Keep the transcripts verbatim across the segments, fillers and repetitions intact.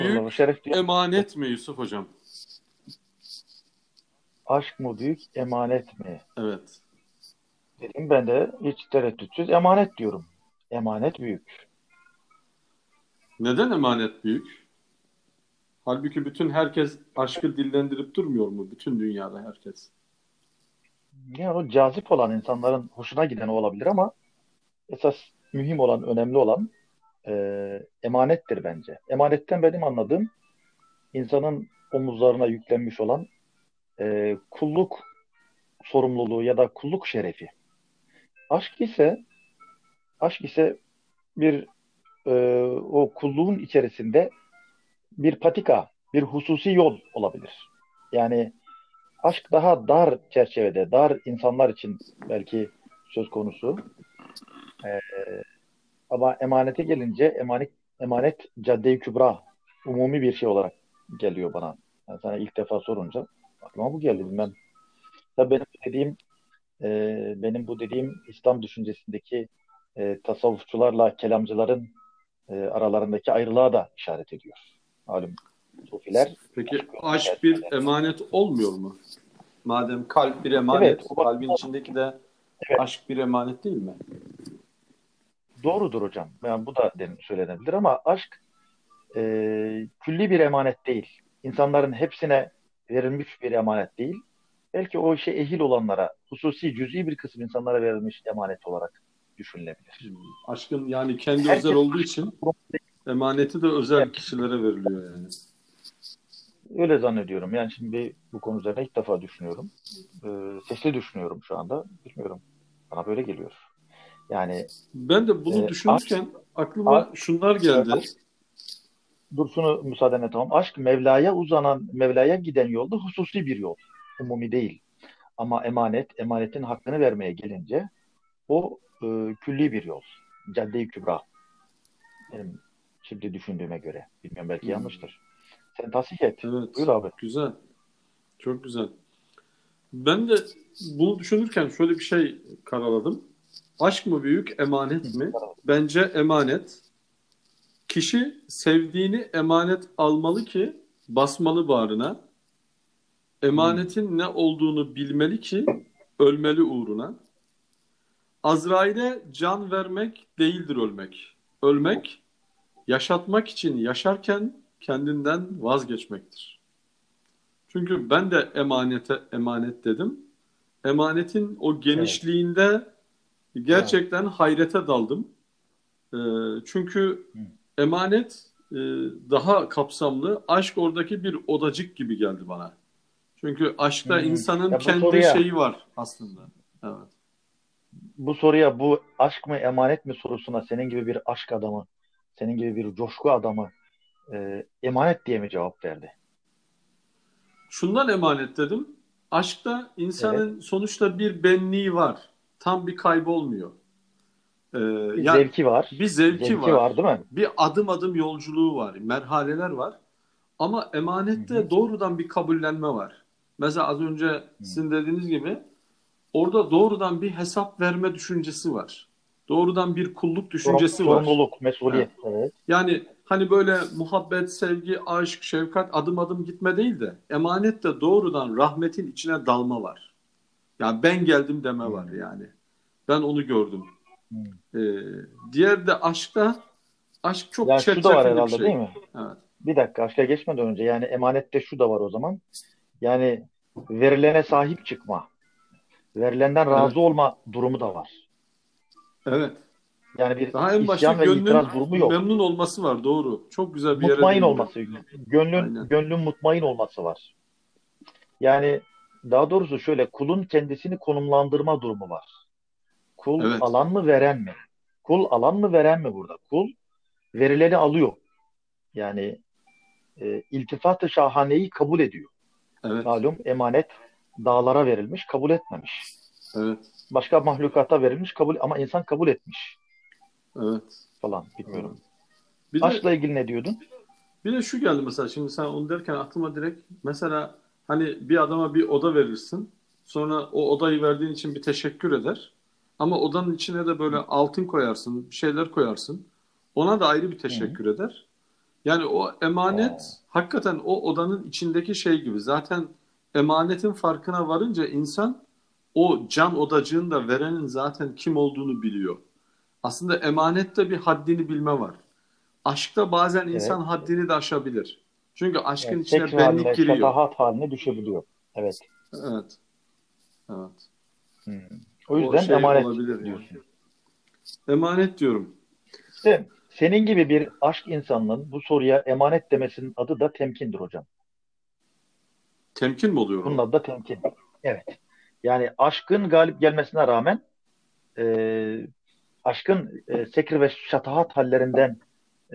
Allah'a Büyük şeref diye emanet mi Yusuf Hocam? aşk mı büyük, emanet mi? Evet. Dedim ben de hiç tereddütsüz emanet diyorum. Emanet büyük. Neden emanet büyük? Halbuki bütün herkes aşkı dillendirip durmuyor mu? Bütün dünyada herkes. Yani o cazip olan insanların hoşuna giden o olabilir ama esas mühim olan, önemli olan e, emanettir bence. Emanetten benim anladığım insanın omuzlarına yüklenmiş olan e, kulluk sorumluluğu ya da kulluk şerefi. Aşk ise aşk ise bir e, o kulluğun içerisinde bir patika, bir hususi yol olabilir. Yani aşk daha dar çerçevede, dar insanlar için belki söz konusu. Ee, ama emanete gelince emanet, emanet cadde-i kübra, umumi bir şey olarak geliyor bana. Yani sana ilk defa sorunca aklıma bu geldi bilmem. Tabii benim dediğim e, benim bu dediğim İslam düşüncesindeki e, tasavvufçularla kelamcıların e, aralarındaki ayrılığa da işaret ediyor. Malum sufiler Peki aşk yolunu aşk tercih bir ederler. emanet olmuyor mu? Madem kalp bir Evet, emanet, o kalbin bakımdan içindeki de evet, aşk bir emanet değil mi? doğrudur hocam. Yani bu da den- söylenebilir ama aşk e, külli bir emanet değil. İnsanların hepsine verilmiş bir emanet değil. Belki o işe ehil olanlara, hususi, cüz'i bir kısım insanlara verilmiş emanet olarak düşünülebilir. Hmm. Aşkın yani kendi özel Herkes olduğu aşk için durumunda değil. emaneti de özel Evet, kişilere veriliyor yani. öyle zannediyorum. Yani şimdi bu konu üzerine ilk defa düşünüyorum. E, sesli düşünüyorum şu anda. Bilmiyorum. Bana böyle geliyor. Yani Ben de bunu e, aşk, düşünürken aklıma aşk, şunlar geldi. Dursun'u müsaadenle tamam. Aşk Mevla'ya uzanan, Mevla'ya giden yolda hususi bir yol. Umumi değil. Ama emanet, emanetin hakkını vermeye gelince o e, külli bir yol. Cadde-i Kübra. Benim şimdi düşündüğüme göre. Bilmiyorum belki Hmm. yanlıştır. Sen tasih et. Buyur Evet, abi. güzel, çok güzel. Ben de bunu düşünürken şöyle bir şey karaladım. Aşk mı büyük, Hı, emanet mi? Bence emanet. Kişi sevdiğini emanet almalı ki basmalı bağrına. hı, Emanetin ne olduğunu bilmeli ki ölmeli uğruna. Azrail'e can vermek değildir ölmek. Ölmek, yaşatmak için yaşarken kendinden vazgeçmektir. Çünkü ben de emanete emanet dedim. Emanetin o evet. genişliğinde gerçekten hayrete daldım. Ee, çünkü Hı, emanet e, daha kapsamlı. Aşk oradaki bir odacık gibi geldi bana. Çünkü aşkta hı. insanın Ya bu kendi soruya, şeyi var aslında. Evet. bu soruya bu aşk mı emanet mi sorusuna senin gibi bir aşk adamı, senin gibi bir coşku adamı e, emanet diye mi cevap verdi? Şundan emanet dedim. Aşkta Evet. insanın sonuçta bir benliği var. Tam bir kaybolmuyor. Ee, Bir yani zevki var. bir zevki Zevki var. var değil mi? Bir adım adım yolculuğu var. Merhaleler var. Ama Hı hı. emanette doğrudan bir kabullenme var. Mesela az önce Hı. sizin dediğiniz gibi orada doğrudan bir hesap verme düşüncesi var. Doğrudan bir kulluk Sorum- düşüncesi var. sorumluluk, Ha. mesuliyet. Evet. Yani hani böyle muhabbet, sevgi, aşk, şefkat adım adım gitme değil de emanette doğrudan rahmetin içine dalma var. Yani ben geldim deme var Hı. yani. Ben onu gördüm. Hı. Ee, diğer de aşkta aşk çok Ya şu da var çetrefilli bir herhalde değil şey. mi? Evet. Bir dakika aşka geçmeden önce yani emanette şu da var o zaman. Yani verilene sahip çıkma, verilenden Evet. razı olma durumu da var. Evet. Yani bir Daha en başta isyan ve gönlün itiraz durumu yok. memnun olması var. Doğru. Çok güzel bir yere Mutmain değindin. olması, gönlün Aynen. gönlün mutmain olması var. Yani daha doğrusu şöyle kulun kendisini konumlandırma durumu var. Kul Evet. alan mı veren mi? Kul alan mı veren mi burada? Kul verileni alıyor. Yani e, iltifat-ı şahaneyi kabul ediyor. Evet. Malum emanet dağlara verilmiş, kabul etmemiş. Evet. Başka mahlukata verilmiş, kabul ama insan kabul etmiş Evet. falan Evet. bilmiyorum. Bir de Aşkla ilgili ne diyordun? bir de şu geldi mesela şimdi sen onu derken aklıma direkt mesela hani bir adama bir oda verirsin. Sonra o odayı verdiğin için bir teşekkür eder. Ama odanın içine de böyle Hı altın koyarsın, bir şeyler koyarsın. Ona da ayrı bir hı. teşekkür eder. Yani o emanet He, hakikaten o odanın içindeki şey gibi. Zaten emanetin farkına varınca insan o can odacığın da verenin zaten kim olduğunu biliyor. Aslında emanette bir haddini bilme var. Aşkta bazen insan evet. haddini de aşabilir. Çünkü Yani aşkın seks içine benlik haline, giriyor. şatahat haline düşebiliyor. Evet. Evet, evet. Hmm. O O yüzden şey emanet olabilir yani. diyorsun. Emanet diyorum. İşte senin gibi bir aşk insanının bu soruya emanet demesinin adı da temkindir hocam. Temkin mi oluyor Bunun o? adı da temkin. Evet. Yani aşkın galip gelmesine rağmen e, aşkın e, sekir ve şatahat hallerinden e,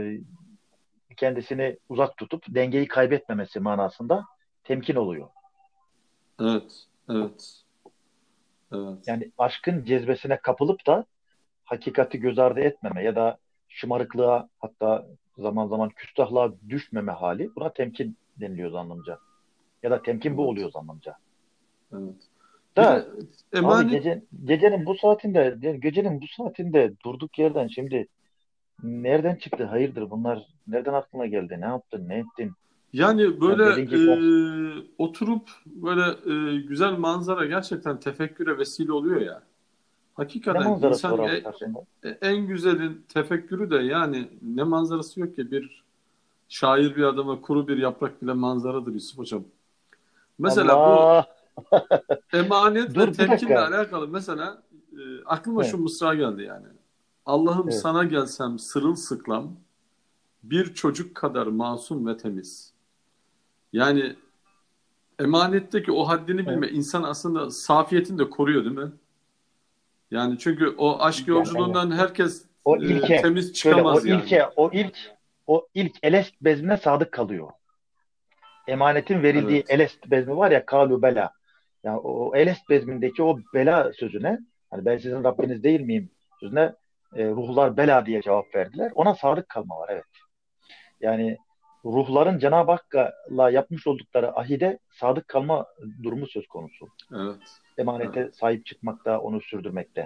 kendisini uzak tutup dengeyi kaybetmemesi manasında temkin oluyor. Evet, evet, evet. Yani aşkın cezbesine kapılıp da hakikati göz ardı etmeme ya da şımarıklığa hatta zaman zaman küstahlığa düşmeme hali buna temkin deniliyor zannımca. Ya da temkin bu Evet, oluyor zannımca. evet. Bir de Da abi emanet, gece gecenin bu saatinde yani gecenin bu saatinde durduk yerden şimdi nereden çıktı? Hayırdır bunlar? Nereden aklına geldi? Ne yaptın? Ne ettin? yani Yani böyle dediğin gibi biraz e, oturup böyle e, güzel manzara gerçekten tefekküre vesile oluyor ya. ne Hakikaten manzarası var insan abi e- karşında? e- en güzelin tefekkürü de yani ne manzarası yok ki bir şair bir adama kuru bir yaprak bile manzaradır Yusuf Hocam. Mesela bu Allah! emanet ve Dur bir temkinle dakika. alakalı mesela e, aklıma şu He, mısra geldi yani. Allah'ım evet. sana gelsem sırılsıklam bir çocuk kadar masum ve temiz. Yani emanetteki o haddini bilme Evet. insan aslında safiyetini de koruyor değil mi? Yani çünkü o aşk Yani evet. yolculuğundan herkes O e, ilke temiz şöyle o çıkamaz yani. ilke o ilk o ilk elest bezmine sadık kalıyor. Emanetin verildiği Evet, elest bezmi var ya kalu bela. Yani o elest bezmindeki o bela sözüne hani ben sizin Rabbiniz değil miyim sözüne e, ruhlar bela diye cevap verdiler. Ona sadık kalma var evet. Yani ruhların Cenab-ı Hakk'la yapmış oldukları ahide sadık kalma durumu söz konusu. evet, Emanete evet. sahip çıkmakta, onu sürdürmekte.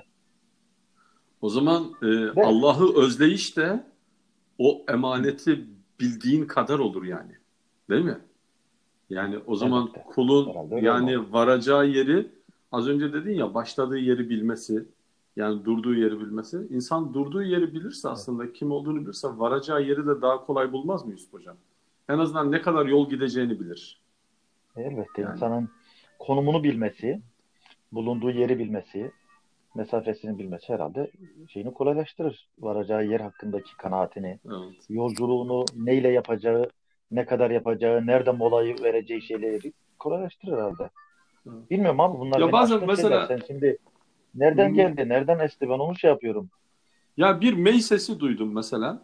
O zaman e, Ve Allah'ı özleyiş de o hı, emaneti bildiğin kadar olur yani. Değil mi? Yani o zaman elbette. kulun Herhalde öyle olmalı. yani varacağı yeri az önce dedin ya başladığı yeri bilmesi yani durduğu yeri bilmesi. İnsan durduğu yeri bilirse Evet. aslında kim olduğunu bilirse varacağı yeri de daha kolay bulmaz mı Yusuf Hocam? En azından ne kadar yol gideceğini bilir. Elbette Yani insanın konumunu bilmesi, bulunduğu yeri bilmesi, mesafesini bilmesi herhalde şeyini kolaylaştırır. Varacağı yer hakkındaki kanaatini, evet. yolculuğunu neyle yapacağı, ne kadar yapacağı, nerede molayı vereceği şeyleri kolaylaştırır herhalde. Evet. Bilmiyorum abi bunlar Ya beni bazen aşkın şeyler. mesela Sen şimdi nereden hmm, geldi, nereden esti ben onu şey yapıyorum. ya bir mey sesi duydum mesela.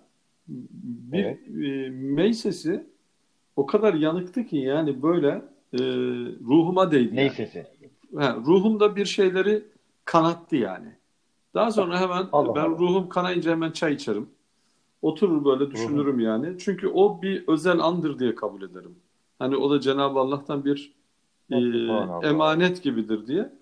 Bir Evet. e, mey sesi o kadar yanıktı ki yani böyle e, ruhuma değdi Ney yani. sesi? Ha, ruhumda bir şeyleri kanattı yani. Daha sonra hemen Allah ben Allah. ruhum kanayınca hemen çay içerim. Oturur böyle Ruhun. düşünürüm yani. Çünkü o bir özel andır diye kabul ederim. Hani o da Cenab-ı Allah'tan bir e, Ya Subhanallah. emanet gibidir diye.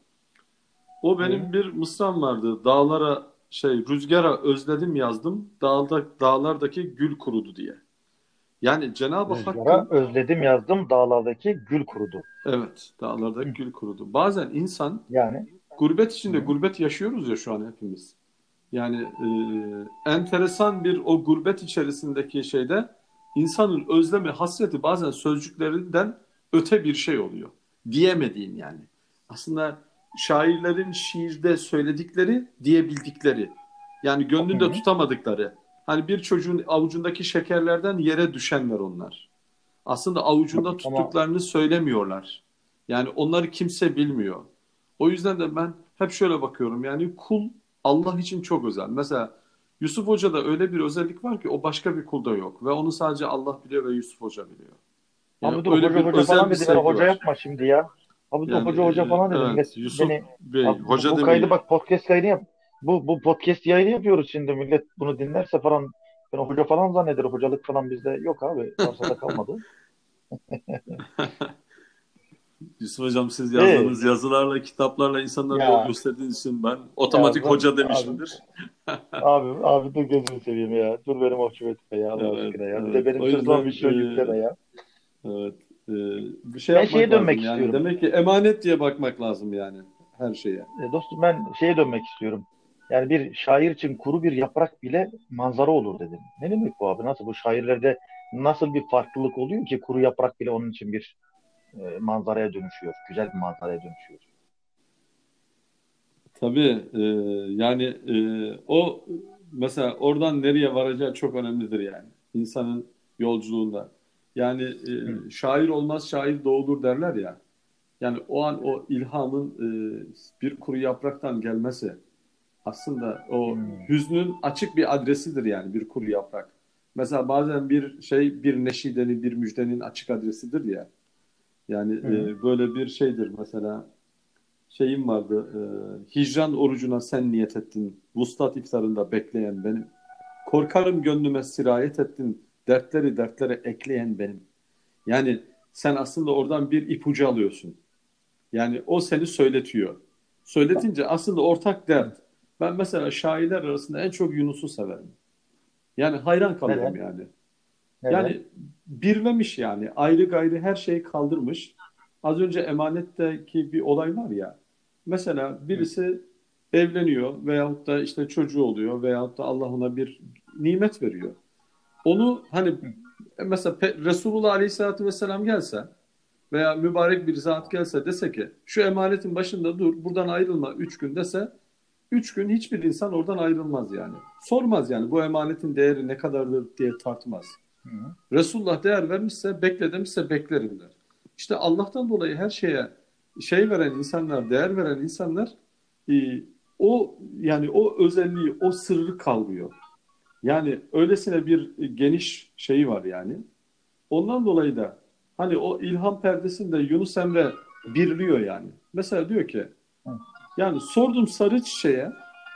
O E, benim bir mısram vardı. Dağlara şey rüzgara özledim yazdım. Dağda, dağlardaki gül kurudu diye. Yani Cenab-ı rüzgara Hakk'ın özledim yazdım dağlardaki gül kurudu. evet dağlardaki Hı. gül kurudu. Bazen insan Yani gurbet içinde hı. gurbet yaşıyoruz ya şu an hepimiz. Yani e, enteresan bir o gurbet içerisindeki şeyde insanın özlemi, hasreti bazen sözcüklerinden öte bir şey oluyor. Diyemediğin yani. Aslında şairlerin şiirde söyledikleri diyebildikleri. Yani Hı gönlünde hı. tutamadıkları. Hani bir çocuğun avucundaki şekerlerden yere düşenler onlar. Aslında avucunda Ama tuttuklarını söylemiyorlar. Yani onları kimse bilmiyor. O yüzden de ben hep şöyle bakıyorum. Yani kul Allah için çok özel. Mesela Yusuf Hoca'da öyle bir özellik var ki o başka bir kulda yok. Ve onu sadece Allah biliyor ve Yusuf Hoca biliyor. Yani abi dur öyle hoca bir hoca özel falan bir dedi beni sevgi hoca var. yapma şimdi ya. Abi dur Yani hoca hoca e, falan dedi millet evet Yusuf beni Bey, bak, bu, hoca bu kaydı demeyin. bak podcast kaydı yap. Bu, bu podcast yayını yapıyoruz şimdi millet bunu dinlerse falan beni hoca falan zanneder. Hocalık falan bizde yok abi. Varsa da kalmadı. Yusuf Hocam, siz Evet. yazdığınız yazılarla, kitaplarla insanlara yol Ya gösterdiğiniz için ben ya otomatik ben hoca abi demişimdir. abi abi dur gözünü seveyim ya. Dur benim hoşuma etme ya Allah Evet, aşkına ya. Bir de evet. benim O sırtıma yüzden misyon yükleme ya. e, evet, e, bir şey Ben yapmak şeye dönmek lazım yani. istiyorum. Demek ki emanet diye bakmak lazım yani her şeye. E, dostum ben şeye dönmek istiyorum. Yani bir şair için kuru bir yaprak bile manzara olur dedim. Ne demek bu abi? Nasıl bu şairlerde nasıl bir farklılık oluyor ki kuru yaprak bile onun için bir e, manzaraya dönüşüyor. Güzel bir manzaraya dönüşüyor. Tabii, e, yani e, o mesela oradan nereye varacağı çok önemlidir yani. İnsanın yolculuğunda. Yani Hı. e, şair olmaz şair doğulur derler ya. Yani o an o ilhamın e, bir kuru yapraktan gelmesi aslında Hı. o hüznün açık bir adresidir yani bir kuru yaprak. Mesela bazen bir şey bir neşidenin bir müjdenin açık adresidir ya. Yani Hı. e, böyle bir şeydir mesela şeyim vardı. E, hicran orucuna sen niyet ettin. Vuslat iftarında bekleyen benim. Korkarım gönlüme sirayet ettin. Dertleri dertlere ekleyen benim. Yani sen aslında oradan bir ipucu alıyorsun. Yani o seni söyletiyor. Söyletince aslında ortak Hı. dert. Ben mesela şairler arasında en çok Yunus'u severim. Yani hayran kalırım Neden? yani. Neden? Yani birlemiş yani. Ayrı gayrı her şeyi kaldırmış. Az önce emanetteki bir olay var ya. Mesela Hı. birisi evleniyor veyahut da işte çocuğu oluyor veyahut da Allah ona bir nimet veriyor. Onu hani Hı. mesela Pe- Resulullah Aleyhisselatü Vesselam gelse veya mübarek bir zat gelse dese ki şu emanetin başında dur, buradan ayrılma üç gün dese, üç gün hiçbir insan oradan ayrılmaz yani. Sormaz yani bu emanetin değeri ne kadardır diye tartmaz. Hı. Resulullah değer vermişse, bekle demişse beklerim der. İşte Allah'tan dolayı her şeye şey veren insanlar, değer veren insanlar e, o yani o özelliği, o sırrı kavrıyor. Yani öylesine bir geniş şeyi var yani. Ondan dolayı da hani o ilham perdesinde Yunus Emre birliyor yani. Mesela diyor ki Hı. yani sordum sarı çiçeğe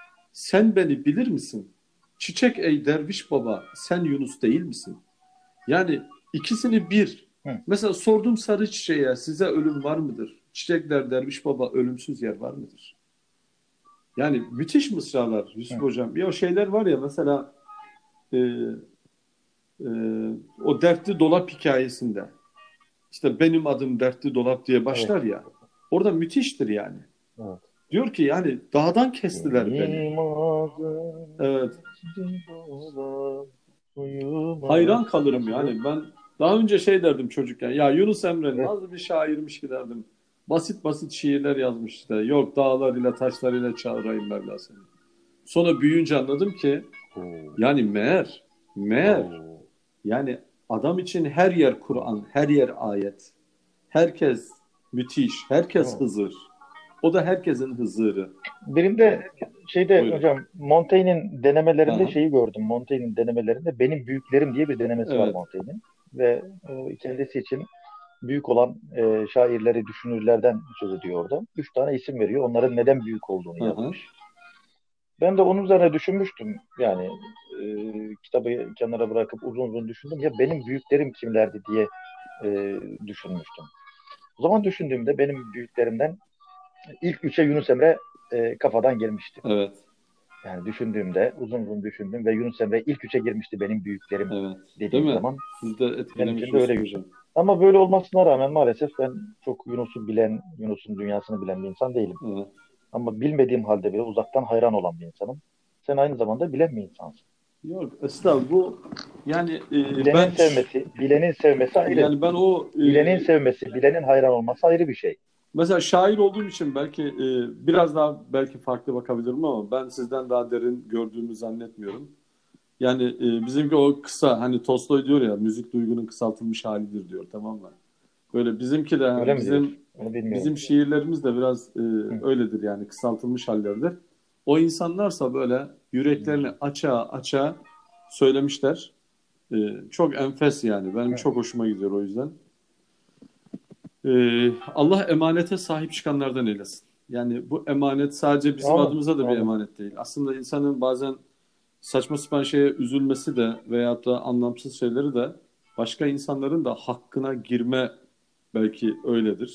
sen beni bilir misin? Çiçek ey derviş baba sen Yunus değil misin? Yani ikisini bir. Hı. Mesela sordum sarı çiçeğe size ölüm var mıdır? Çiçek der derviş baba ölümsüz yer var mıdır? Yani müthiş mısralar Yusuf Hı. Hocam. Ya o şeyler var ya mesela e, e, o dertli dolap hikayesinde. İşte benim adım dertli dolap diye Evet. başlar ya. Orada müthiştir yani. Evet. Diyor ki yani dağdan kestiler beni. Benim adım Evet. Cibola, uyuma. Hayran kalırım Nasıldı? yani. Ben daha önce şey derdim çocukken. Ya Yunus Emre Evet. nasıl bir şairmiş ki derdim. Basit basit şiirler yazmış işte. Yok dağlarıyla taşlarıyla çağırayım Mevla seni. Sonra büyüyünce anladım ki Oo. yani meğer meğer Oo. yani adam için her yer Kur'an, her yer ayet. Herkes müthiş, Değil herkes mi? Hızır. O da herkesin Hızır'ı. Birinde şeyde Buyurun. hocam Montaigne'in denemelerinde Aha, şeyi gördüm. Montaigne'in denemelerinde benim büyüklerim diye bir denemesi var evet, Montaigne'in. Ve e, kendisi için büyük olan e, şairleri, düşünürlerden söz ediyor orada. Üç tane isim veriyor. Onların neden büyük olduğunu aha, yazmış. Ben de onun üzerine düşünmüştüm. Yani e, kitabı kenara bırakıp uzun uzun düşündüm. Ya benim büyüklerim kimlerdi diye e, düşünmüştüm. O zaman düşündüğümde benim büyüklerimden ilk üçe Yunus Emre e, kafadan girmişti. evet, Yani düşündüğümde, uzun uzun düşündüm ve Yunus Emre ilk üçe girmişti benim büyüklerim evet. Değil dediğim mi? zaman. Sizi de Benim etkilemiş için de öyle. Yusuf Hocam. Ama böyle olmasına rağmen maalesef ben çok Yunus'u bilen, Yunus'un dünyasını bilen bir insan değilim. Evet. Ama bilmediğim halde bile uzaktan hayran olan bir insanım. Sen aynı zamanda bilen bir insansın. Yok, estağfurullah bu yani e, Bilenin ben sevmesi, bilenin sevmesi ayrı. yani ben o e, Bilenin sevmesi, bilenin hayran olması ayrı bir şey. mesela şair olduğum için belki e, biraz daha belki farklı bakabilirim ama ben sizden daha derin gördüğümü zannetmiyorum. Yani e, bizimki o kısa hani Tolstoy diyor ya müzik duygunun kısaltılmış halidir diyor, tamam mı? Böyle bizimki de Öyle mi bizim diyorsun? Onu bilmiyorum. bizim şiirlerimiz de biraz e, Hı. öyledir yani kısaltılmış hallerdir. O insanlarsa böyle yüreklerini açığa açığa söylemişler. E, çok enfes yani. Benim Hı. çok hoşuma gidiyor o yüzden. E, Allah emanete sahip çıkanlardan eylesin. Yani bu emanet sadece bizim Amin. adımıza da bir Amin. emanet değil. Aslında insanın bazen saçma sapan şeye üzülmesi de veyahut da anlamsız şeyleri de başka insanların da hakkına girme belki öyledir.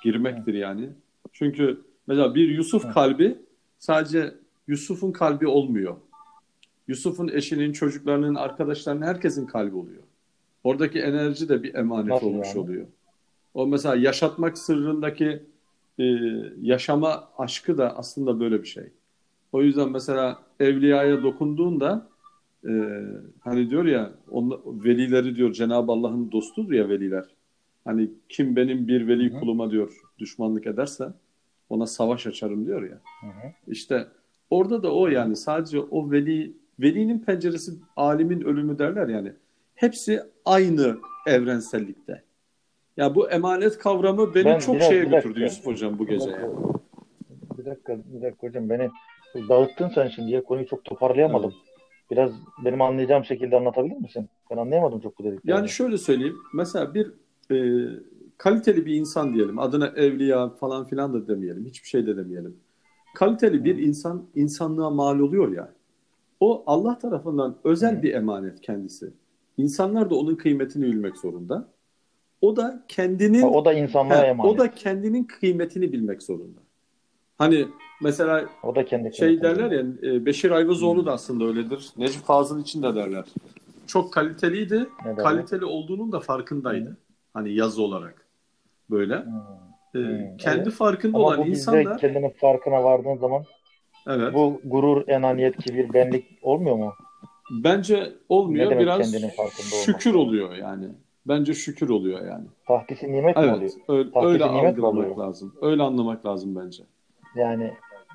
girmektir yani. Çünkü mesela bir Yusuf kalbi sadece Yusuf'un kalbi olmuyor. Yusuf'un eşinin, çocuklarının, arkadaşlarının, herkesin kalbi oluyor. Oradaki enerji de bir emanet Nasıl olmuş yani? oluyor. O mesela yaşatmak sırrındaki e, yaşama aşkı da aslında böyle bir şey. O yüzden mesela evliyaya dokunduğunda e, hani diyor ya on, velileri diyor Cenab-ı Allah'ın dostudur ya veliler. Hani kim benim bir Hı veli hı. kuluma diyor düşmanlık ederse ona savaş açarım diyor ya. Hı hı. İşte orada da o Hı hı. yani sadece o veli velinin penceresi alimin ölümü derler yani. Hepsi aynı evrensellikte. Ya bu emanet kavramı beni Ben çok şeye biraz bir götürdü dakika. Yusuf Hocam bu Bir gece dakika. ya. Bir dakika. Bir dakika hocam, beni dağıttın sen şimdi ya, konuyu çok Evet. toparlayamadım. Biraz benim anlayacağım şekilde anlatabilir misin? Ben anlayamadım çok bu Yani dediklerini. şöyle söyleyeyim. Mesela bir e, kaliteli bir insan diyelim. Adına evliya falan filan da demeyelim. Hiçbir şey de demeyelim. Kaliteli bir Hı insan insanlığa mal oluyor ya. O Allah tarafından özel hı. bir emanet kendisi. İnsanlar da onun kıymetini bilmek zorunda. O da Ha, kendinin o da insanlığa he, o emanet. da kendinin kıymetini bilmek zorunda. Hani mesela O da kendi şey kıymetini derler bilmeli. ya e, Beşir Ayvazoğlu da Hmm. aslında öyledir. Necip Fazıl için de derler. Çok kaliteliydi. Ne derler? Kaliteli olduğunun da Hı. farkındaydı. Hani yazı olarak böyle. Hmm. E, Hmm. kendi Evet. farkında Ama olan bu bizde insanlar kendinin farkına vardığın zaman evet bu gurur, enaniyet, kibir, benlik olmuyor mu? bence Ne olmuyor. demek Biraz kendinin farkında olmak şükür yani? oluyor yani. Bence şükür oluyor yani. Tahtisi nimet mi oluyor? Evet, öyle, öyle Tahtisi nimet mi algılamak oluyor? lazım. Öyle anlamak lazım bence. Yani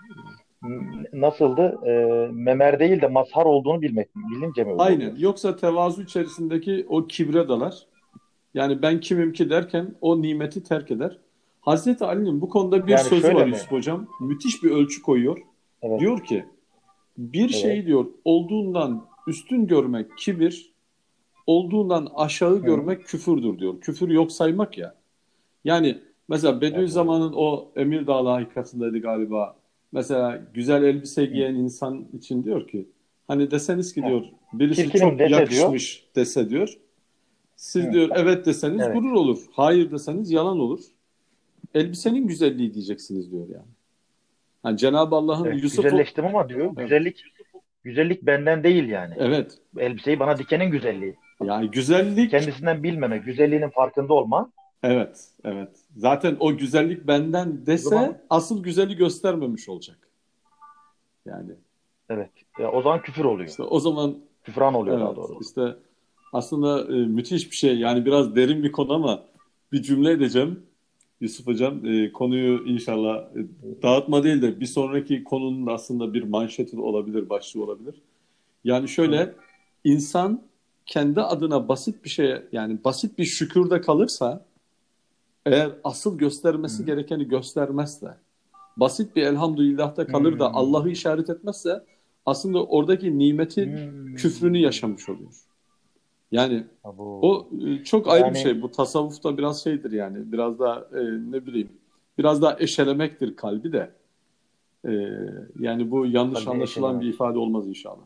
n- nasıldı? Ee, memer değil de mazhar olduğunu bilmek, bilince mi öyle Aynen. oluyor? Yoksa tevazu içerisindeki o kibre dalar. Yani ben kimim ki derken o nimeti terk eder. Hazreti Ali'nin bu konuda bir Yani sözü şöyle var mi? Yusuf Hocam. Müthiş bir ölçü koyuyor. Evet, Diyor ki bir evet. şeyi diyor olduğundan üstün görmek kibir, olduğundan aşağı Hı. görmek küfürdür diyor. Küfür yok saymak ya. Yani mesela Ya bu Bediüzzaman'ın o Emir Dağlı hakikatindeydi galiba. Mesela güzel elbise hı. giyen insan için diyor ki hani deseniz ki Heh. diyor birisi Çirkinim çok dese diyor. yakışmış dese diyor. Siz Hı. diyor evet deseniz Evet. gurur olur. Hayır deseniz yalan olur. Elbisenin güzelliği diyeceksiniz diyor yani. Hani Cenab-ı Allah'ın Evet. Yusuf'u Güzelleştim ama diyor. evet, Güzellik güzellik benden değil yani. evet. Elbiseyi bana dikenin güzelliği. Yani güzellik Kendisinden bilmeme, güzelliğinin farkında olma. evet, evet. Zaten o güzellik benden O zaman dese asıl güzeli göstermemiş olacak. Yani evet. Ya, o zaman küfür oluyor. işte o zaman Küfran oluyor daha evet doğrusu. işte aslında e, müthiş bir şey. Yani biraz derin bir konu ama bir cümle edeceğim. Yusuf Hocam e, konuyu inşallah e, dağıtma değil de bir sonraki konunun da aslında bir manşeti de olabilir, başlığı olabilir. Yani Hı. şöyle insan kendi adına basit bir şeye yani basit bir şükürde kalırsa eğer asıl göstermesi Hı. gerekeni göstermezse basit bir elhamdülillah'ta kalır da Hmm. Allah'ı işaret etmezse aslında oradaki nimetin küfrünü Hmm. yaşamış oluyor. Yani Ha, bu. o e, çok ayrı bir Yani şey. Bu tasavvufta biraz şeydir yani. Biraz daha e, ne bileyim biraz daha eşelemektir kalbi de. E, yani bu yanlış kalbi anlaşılan bir eşelemek. ifade olmaz inşallah.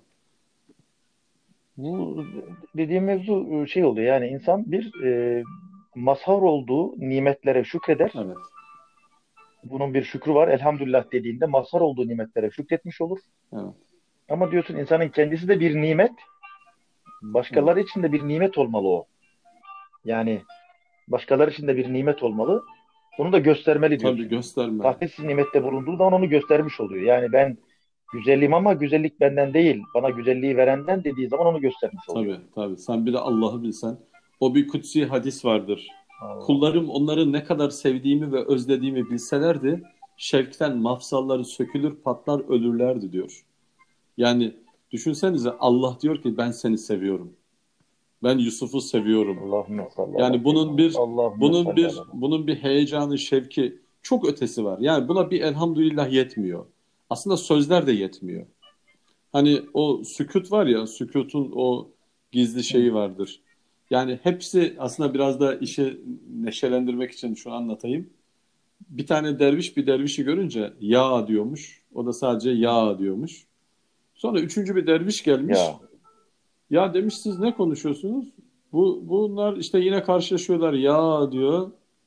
Bu dediğim mevzu e, şey oluyor, yani insan bir e, mazhar olduğu nimetlere şükreder. Evet. Bunun bir şükrü var. Elhamdülillah dediğinde mazhar olduğu nimetlere şükretmiş olur. Evet. Ama diyorsun insanın kendisi de bir nimet. Evet. Başkaları için de bir nimet olmalı o. Yani başkaları için de bir nimet olmalı. Onu da göstermeli Tabii diyorsun. göstermeli. Tahsis nimette bulunduğu zaman onu göstermiş oluyor. Yani ben güzelim ama güzellik benden değil, bana güzelliği verenden dediği zaman onu göstermiş oluyor. Tabii tabii. Sen bir de Allah'ı bilsen. O bir kutsi hadis vardır. Allah. Kullarım onları ne kadar sevdiğimi ve özlediğimi bilselerdi şevkten mafsalları sökülür patlar ölürlerdi diyor. Yani düşünsenize Allah diyor ki ben seni seviyorum. Ben Yusuf'u seviyorum. Allahümme salli ala Yani bunun seyyidina. bir Allahümme bunun salli bir ala. bunun bir heyecanı, şevki çok ötesi var. Yani buna bir elhamdülillah yetmiyor. Aslında sözler de yetmiyor. Hani o sükut var ya, sükutun o gizli Hı. şeyi vardır. Yani hepsi aslında biraz da işi neşelendirmek için şunu anlatayım. Bir tane derviş bir dervişi görünce ya diyormuş. O da sadece ya diyormuş. Sonra üçüncü bir derviş gelmiş. Ya. Ya demiş siz ne konuşuyorsunuz? Bu bunlar işte yine karşılaşıyorlar ya diyor.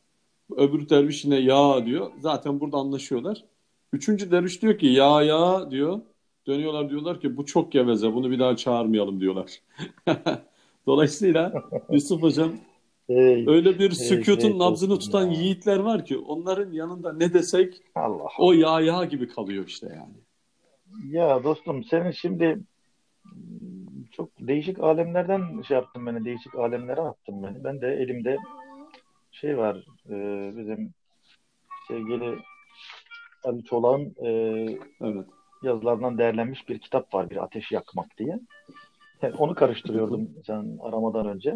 Öbür derviş yine ya diyor. Zaten burada anlaşıyorlar. Üçüncü derviş diyor ki ya ya diyor. Dönüyorlar diyorlar ki bu çok geveze, bunu bir daha çağırmayalım diyorlar. Dolayısıyla Yusuf Hocam, Hey, öyle bir hey, sükutun hey nabzını dostum tutan ya. yiğitler var ki onların yanında ne desek Allah o Allah. ya ya gibi kalıyor işte yani. Ya dostum senin şimdi çok değişik alemlerden şey yaptın beni. Değişik alemlere attın beni. Ben de elimde şey var. e, bizim sevgili Ali Çolak'ın e, Evet. yazılarından değerlenmiş bir kitap var. Bir Ateş Yakmak diye. Yani onu Hı hı. karıştırıyordum sen aramadan önce.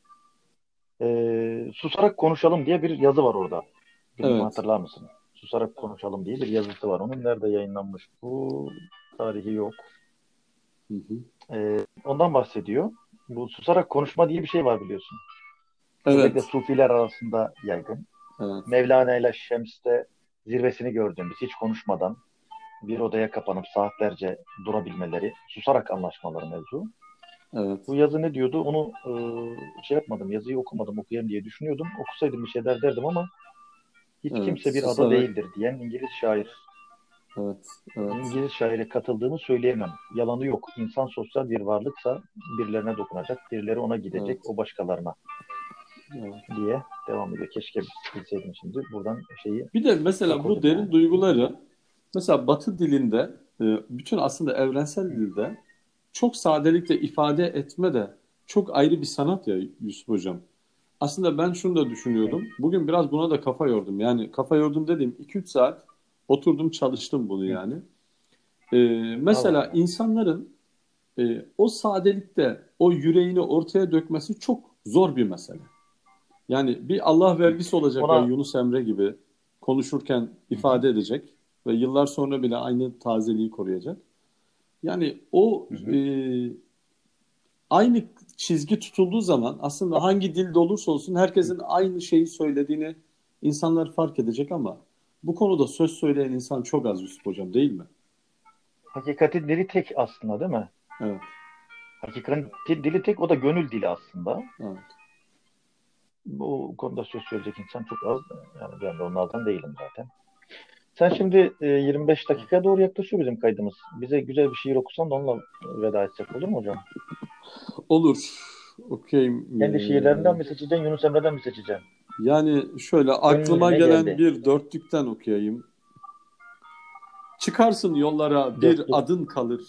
E, Susarak Konuşalım diye bir yazı var orada. Bilmem Evet. hatırlar mısın? Susarak Konuşalım diye bir yazısı var. Onun nerede yayınlanmış? Bu tarihi yok. Hı hı. E, ondan bahsediyor. Bu susarak konuşma diye bir şey var biliyorsun. Özellikle Evet. Sufiler arasında yaygın. Evet. Mevlana ile Şems'te zirvesini gördüğümüz, hiç konuşmadan bir odaya kapanıp saatlerce durabilmeleri, susarak anlaşmaları mevzu. Bu Evet. yazı ne diyordu? Onu e, şey yapmadım, yazıyı okumadım, okuyayım diye düşünüyordum. Okusaydım bir şeyler derdim ama hiç Evet. kimse bir ada Susarak. değildir diyen İngiliz şair. Evet. Evet. İngiliz şaire katıldığımı söyleyemem. Yalanı yok. İnsan sosyal bir varlıksa birilerine dokunacak, birileri ona gidecek, Evet. o başkalarına Evet. diye devam ediyor. Keşke bilseydim şimdi. Buradan şeyi Bir de mesela bu okurdum yani. derin duyguları mesela Batı dilinde, e, bütün aslında evrensel dilde çok sadelikle ifade etme de çok ayrı bir sanat ya Yusuf Hocam. Aslında ben şunu da Hı. düşünüyordum. Bugün biraz buna da kafa yordum. Yani kafa yordum dediğim iki üç saat oturdum çalıştım bunu Hı. yani. E, Allah Mesela Allah. insanların e, o sadelikte o yüreğini ortaya dökmesi çok zor bir mesele. Yani bir Allah Hı. vergisi olacak ya Ona Yunus Emre gibi konuşurken hı hı, ifade edecek ve yıllar sonra bile aynı tazeliği koruyacak. Yani o hı e, hı. aynı çizgi tutulduğu zaman aslında hangi dilde olursa olsun herkesin aynı şeyi söylediğini insanlar fark edecek ama bu konuda söz söyleyen insan çok az Yusuf Hocam, değil mi? Hakikatin dili tek aslında değil mi? Evet, Hakikatin dili tek, o da gönül dili aslında. evet. Bu konuda söz söyleyecek insan çok az. Yani ben de onlardan değilim zaten. Sen şimdi e, yirmi beş dakikaya doğru yaklaşıyor bizim kaydımız. Bize güzel bir şiir okusan da onunla veda etsek olur mu hocam? Olur. Okey. Kendi şiirlerinden mi seçeceksin, Yunus Emre'den mi seçeceksin? Yani şöyle aklıma Gönlüne gelen geldi. bir dörtlükten okuyayım. Çıkarsın yollara bir Dörtlük. adın kalır.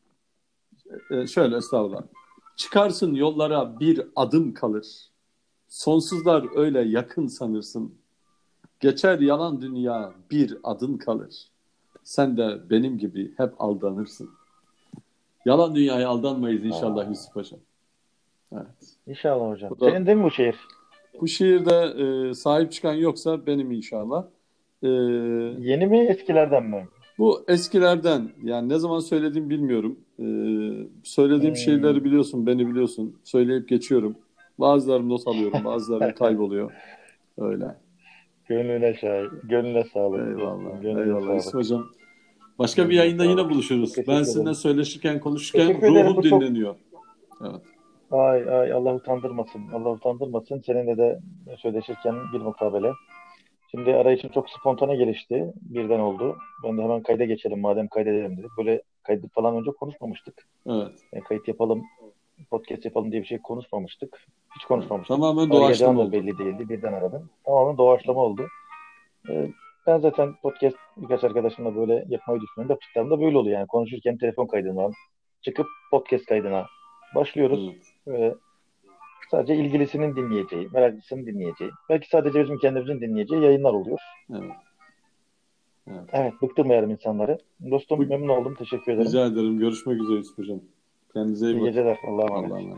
Ee, şöyle estağfurullah. Çıkarsın yollara bir adım kalır. Sonsuzlar öyle yakın sanırsın. Geçer yalan dünya bir adın kalır. Sen de benim gibi hep aldanırsın. Yalan dünyaya aldanmayız inşallah Aa, Yusuf Paşa. Evet. İnşallah hocam. Bu da Senin değil mi bu şiir? bu şiirde e, sahip çıkan yoksa benim inşallah. E, Yeni mi, eskilerden mi? Bu eskilerden, yani ne zaman söylediğimi bilmiyorum. E, söylediğim Hmm. şeyleri biliyorsun, beni biliyorsun. Söyleyip geçiyorum. Bazılarını not alıyorum, bazıları kayboluyor. Öyle. Gönlüne şahit. Gönlüne sağlık dostum. Eyvallah, Gönlüne eyvallah Yusuf sağlık. Hocam. Başka bir Gönlüne yayında yine sağlık. Çok buluşuruz. Ben teşekkür sizinle ederim. söyleşirken, konuşurken Teşekkür ederim. ruhum Bu çok dinleniyor. Evet. ay ay Allah utandırmasın. Allah utandırmasın. Seninle de söyleşirken bir mukabele. Şimdi arayışım çok spontane gelişti. Birden oldu. Ben de hemen kayda geçelim madem kaydedelim dedik. Böyle kaydı falan önce konuşmamıştık. Evet. Yani kayıt yapalım, podcast yapalım diye bir şey konuşmamıştık. Hiç Evet. konuşmamıştık. Tamamen doğaçlama Arayacağım da oldu. belli değildi. Birden aradım. Tamamen doğaçlama oldu. Ee, Ben zaten podcast birkaç arkadaşımla böyle yapmayı düşünüyorum. Yaptıklarımda böyle oluyor yani. Konuşurken telefon kaydından çıkıp podcast kaydına başlıyoruz. Evet. Böyle sadece ilgilisinin dinleyeceği, meraklısının dinleyeceği, belki sadece bizim kendimizin dinleyeceği yayınlar oluyor. Evet. Evet. Evet, bıktırmayalım insanları. Dostum Bu, memnun oldum. Teşekkür ederim. rica ederim. Görüşmek üzere Yusuf Hocam. Kendinize iyi İyi bakın. geceler. Allah'a emanet. Allah'a emanet.